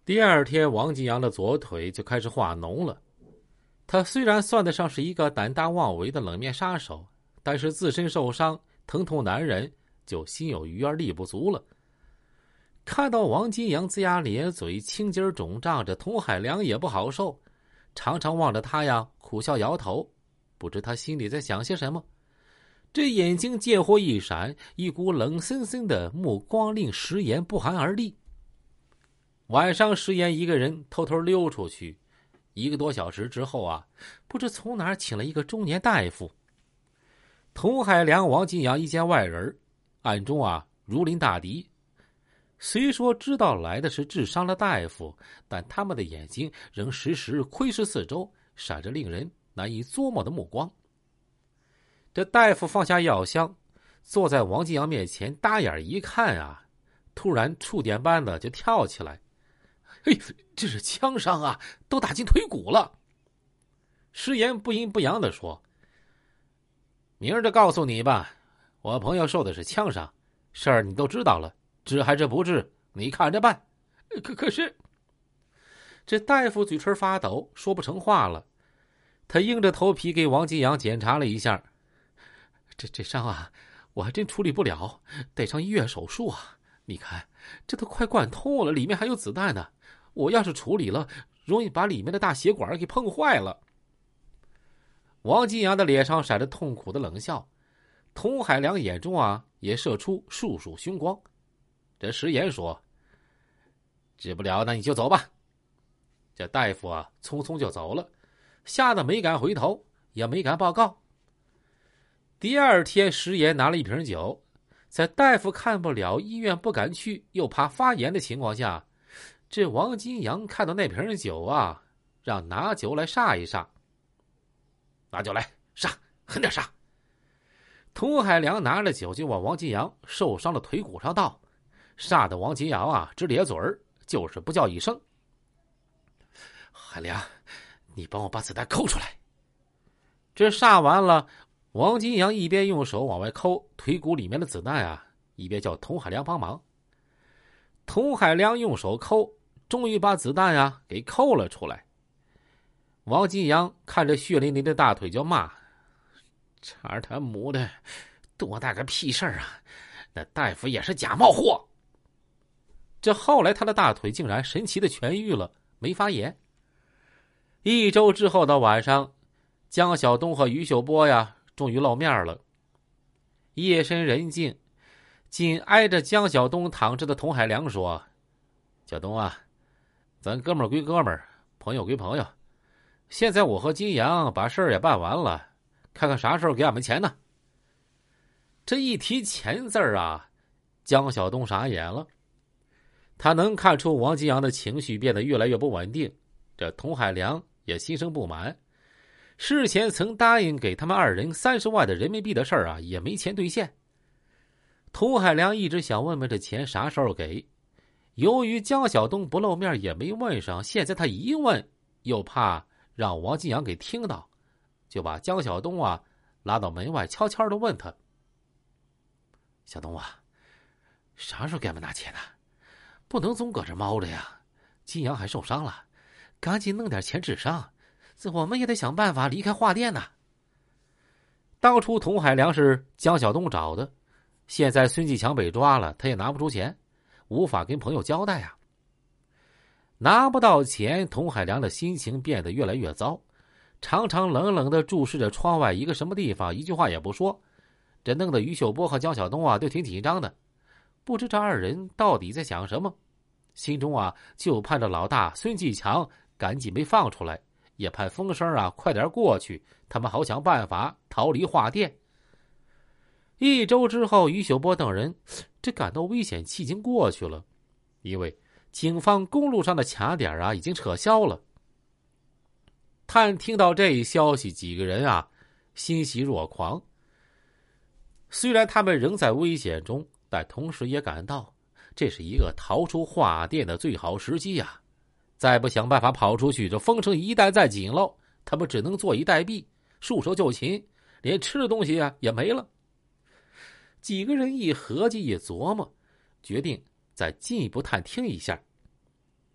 第二天，王金阳的左腿就开始化脓了。他虽然算得上是一个胆大妄为的冷面杀手，但是自身受伤，疼痛难忍，就心有余而力不足了。看到王金阳龇牙咧嘴，青筋肿胀着，童海良也不好受，常常望着他呀，苦笑摇头，不知他心里在想些什么。这眼睛见火一闪，一股冷森森的目光令石岩不寒而栗。晚上，石岩一个人偷偷溜出去，1个多小时之后啊，不知从哪儿请了一个中年大夫。童海良、王金阳一见外人，暗中啊如临大敌。虽说知道来的是治伤的大夫，但他们的眼睛仍时时窥视四周，闪着令人难以捉摸的目光。这大夫放下药箱，坐在王金阳面前，大眼一看啊，突然触电般的就跳起来：“嘿，这是枪伤啊，都打进腿骨了！”石岩不阴不阳地说：“明儿就告诉你吧，我朋友受的是枪伤，事儿你都知道了，治还是不治，你看着办。”可是，这大夫嘴唇发抖，说不成话了。他硬着头皮给王金阳检查了一下，这伤啊，我还真处理不了，得上医院手术啊！你看，这都快灌通了，里面还有子弹呢。我要是处理了，容易把里面的大血管给碰坏了。王金阳的脸上闪着痛苦的冷笑，童海良眼中啊也射出数束凶光。这石岩说：“治不了，那你就走吧。”这大夫啊匆匆就走了，吓得没敢回头，也没敢报告。第二天，石岩拿了一瓶酒，在大夫看不了，医院不敢去，又怕发炎的情况下，这王金阳看到那瓶酒啊，让拿酒来煞一煞。拿酒来，煞，狠点煞。童海良拿着酒就往王金阳受伤的腿骨上倒，煞得王金阳啊直咧嘴儿，就是不叫一声。海良，你帮我把子弹抠出来。这煞完了，王金阳一边用手往外抠腿骨里面的子弹啊，一边叫童海良帮忙。童海良用手抠，终于把子弹啊给抠了出来。王金阳看着血淋淋的大腿就骂：“查他母的，多大个屁事儿啊！那大夫也是假冒货。”这后来他的大腿竟然神奇的痊愈了，没发炎。1周之后的晚上，江晓东和于秀波呀终于露面了。夜深人静，紧挨着江晓东躺着的童海良说：“小东啊，咱哥们儿归哥们儿，朋友归朋友。现在我和金阳把事儿也办完了，看看啥时候给俺们钱呢？”这一提钱字儿啊，江晓东傻眼了。他能看出王金阳的情绪变得越来越不稳定，这童海良也心生不满。事前曾答应给他们2人30万的人民币的事儿啊，也没钱兑现。童海良一直想问问这钱啥时候给，由于江晓东不露面也没问上，现在他一问又怕让王金阳给听到，就把江晓东啊拉到门外，悄悄地问他：“小东啊，啥时候给俺们拿钱呢？不能总搁这猫着呀！金阳还受伤了，赶紧弄点钱治伤，我们也得想办法离开画店呐。”当初童海良是江晓东找的，现在孙继强被抓了，他也拿不出钱，无法跟朋友交代啊。拿不到钱，童海良的心情变得越来越糟，常常冷冷地注视着窗外一个什么地方，一句话也不说。这弄得于秀波和江晓东啊都挺紧张的，不知这2人到底在想什么，心中啊就盼着老大孙继强赶紧被放出来，也盼风声啊快点过去，他们好想办法逃离画店。1周之后，于秀波等人这感到危险期已经过去了，因为警方公路上的卡点啊已经撤销了。探听到这一消息，几个人啊欣喜若狂。虽然他们仍在危险中，但同时也感到这是一个逃出画店的最好时机啊！再不想办法跑出去，这风声一旦再紧喽，他们只能坐以待毙，束手就擒，连吃的东西啊也没了。几个人一合计一琢磨，决定再进一步探听一下。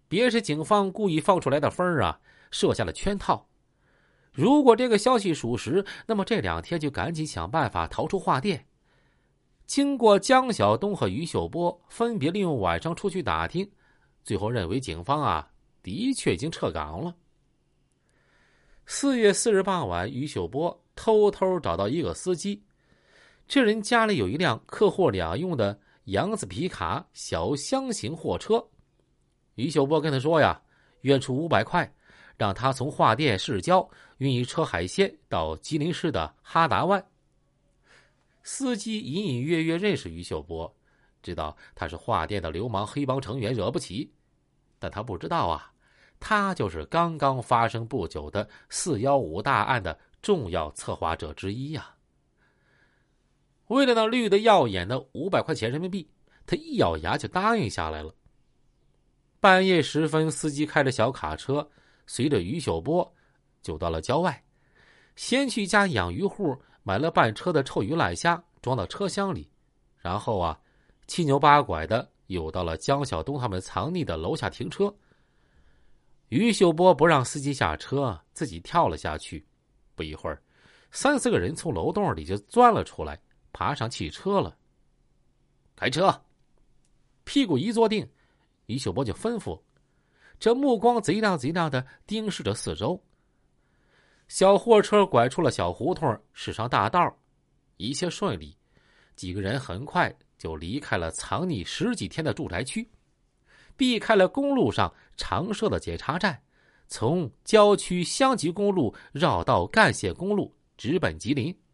别是警方故意放出来的风啊，设下了圈套。如果这个消息属实，那么这2天就赶紧想办法逃出画店。经过江晓东和于秀波分别利用晚上出去打听，最后认为警方啊的确已经撤岗了。4月4日傍晚，于秀波偷偷找到一个司机，这人家里有一辆客货两用的扬子皮卡小箱型货车。于秀波跟他说呀，约出500块，让他从画店市郊运一车海鲜到吉林市的哈达湾。司机隐隐约约认识于秀波，知道他是画店的流氓黑帮成员，惹不起。但他不知道啊，他就是刚刚发生不久的415大案的重要策划者之一呀。为了那绿得耀眼的500块钱人民币，他一咬牙就答应下来了。半夜时分，司机开着小卡车随着于秀波就到了郊外，先去一家养鱼户买了半车的臭鱼烂虾装到车厢里，然后啊七扭八拐的又到了江晓东他们藏匿的楼下停车。于秀波不让司机下车，自己跳了下去。不一会儿，3、4个人从楼洞里就钻了出来，爬上汽车了。开车！屁股一坐定，于秀波就吩咐，这目光贼亮贼亮的盯视着四周。小货车拐出了小胡同，驶上大道，一切顺利。几个人很快就离开了藏匿10几天的住宅区，避开了公路上常设的检查站，从郊区湘吉公路绕道赣县公路直奔吉林。